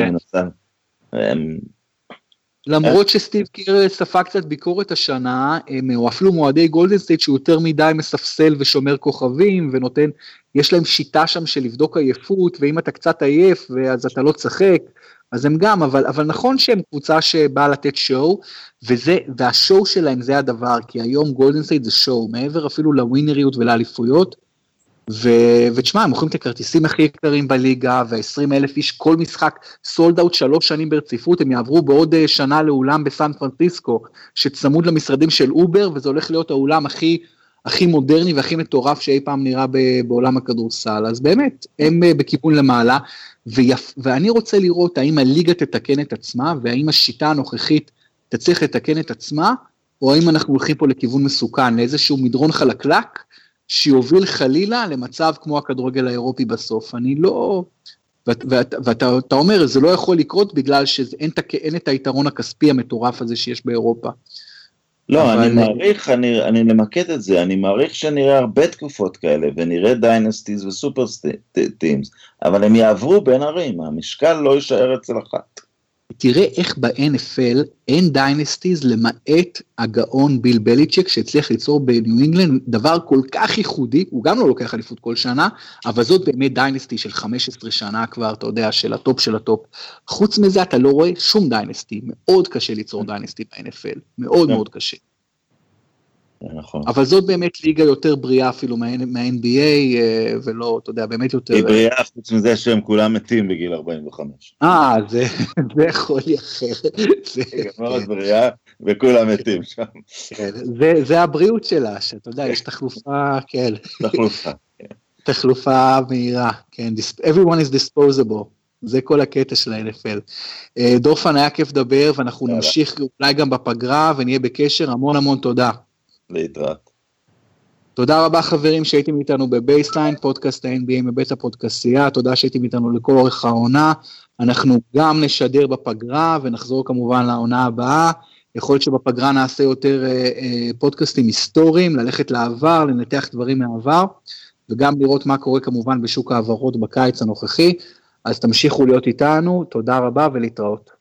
Speaker 1: למרות שסטיב קיר ספג קצת ביקורת השנה, או אפילו מועדי גולדן סטייט שהוא יותר מדי מספסל ושומר כוכבים, ונותן, יש להם שיטה שם של לבדוק עייפות, ואם אתה קצת עייף, אז אתה לא צחק, אז הם גם, אבל נכון שהם קבוצה שבאה לתת שואו, והשואו שלהם זה הדבר, כי היום גולדן סטייט זה שואו, מעבר אפילו לווינריות ולאליפויות, ותשמע, הם מוכרים את הכרטיסים הכי יקרים בליגה, ו20,000 איש כל משחק, סולד אאוט 3 שנים ברציפות, הם יעברו בעוד שנה לאולם בסן פרנסיסקו, שצמוד למשרדים של אובר, וזה הולך להיות האולם הכי מודרני והכי מטורף שאי פעם נראה בעולם הכדורסל, אז באמת, הם בכיוון למעלה, ואני רוצה לראות האם הליגה תתקן את עצמה, והאם השיטה הנוכחית תצליח לתקן את עצמה, או האם אנחנו הולכים פה לכיוון מסוכן, לאיזשהו מדרון חלקלק, שיוביל חלילה למצב כמו הכדורגל האירופי בסוף. אני לא, ואתה אומר, זה לא יכול לקרות בגלל שאין את היתרון הכספי המטורף הזה שיש באירופה.
Speaker 2: לא, אני מעריך, אני למקד את זה, אני מעריך שנראה הרבה תקופות כאלה, ונראה דיינסטיז וסופר טימס, אבל הם יעברו בין ערים, המשקל לא יישאר אצל אחת.
Speaker 1: תראה איך ב-NFL אין דיינסטיז למעט הגאון ביל בליצ'ק, שהצליח ליצור בניו אינגלנד דבר כל כך ייחודי, הוא גם לא לוקח אליפות כל שנה, אבל זאת באמת דיינסטי של 15 שנה כבר, אתה יודע, של הטופ של הטופ. חוץ מזה אתה לא רואה שום דיינסטי, מאוד קשה ליצור דיינסטי ב-NFL, מאוד מאוד קשה.
Speaker 2: נכון.
Speaker 1: אבל זאת באמת ליגה יותר בריאה אפילו מה-NBA, ולא, אתה יודע, באמת יותר...
Speaker 2: היא בריאה, חוץ מזה שהם כולם מתים בגיל 45.
Speaker 1: זה יכול לי אחר.
Speaker 2: היא גם מאוד בריאה, וכולם מתים שם.
Speaker 1: זה הבריאות שלה, שאתה יודע, יש תחלופה, כן.
Speaker 2: תחלופה.
Speaker 1: תחלופה מהירה, כן. Everyone is disposable. זה כל הקטע של ה-NFL. דורפן, היה כיף לדבר, ואנחנו נמשיך אולי גם בפגרה, ונהיה בקשר. המון המון תודה.
Speaker 2: להתראות.
Speaker 1: תודה רבה חברים שהייתם איתנו בבייסליין, פודקאסט ה-NBA מבית הפודקאסטייה, תודה שהייתם איתנו לכל אורך העונה, אנחנו גם נשדר בפגרה ונחזור כמובן לעונה הבאה, יכול להיות שבפגרה נעשה יותר פודקאסטים היסטוריים, ללכת לעבר, לנתח דברים מהעבר, וגם לראות מה קורה כמובן בשוק העברות בקיץ הנוכחי, אז תמשיכו להיות איתנו, תודה רבה ולהתראות.